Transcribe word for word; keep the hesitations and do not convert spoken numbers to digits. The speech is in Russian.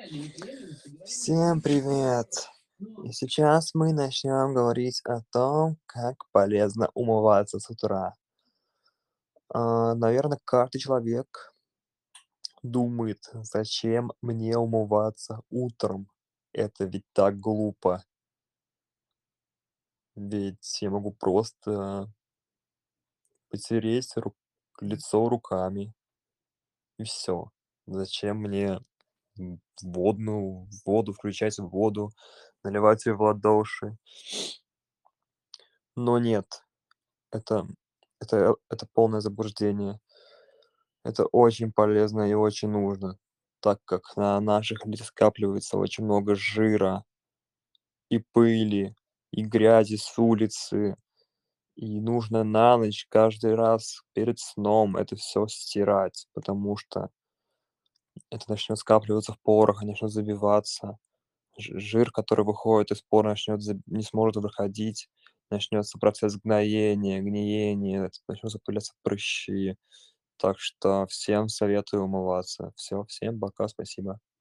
Всем привет! И сейчас мы начнем говорить о том, как полезно умываться с утра. А, наверно, каждый человек думает: "Зачем мне умываться утром? Это ведь так глупо". Ведь я могу просто потереть ру лицо руками. И всё. Зачем мне, м, водную воду, включать воду, наливать её в ладоши? Но нет, это это это полное заблуждение. Это очень полезно и очень нужно, так как на наших лицах скапливается очень много жира и пыли, и грязи с улицы. И нужно на ночь каждый раз перед сном это всё стирать, потому что это начнёт скапливаться в порах, они начнут забиваться. Ж жир, который выходит из пор, начнёт заб не сможет выходить, начнётся процесс гноения, гниения, начнутся появляться прыщи. Так что всем советую умываться. Всё, всем пока, спасибо.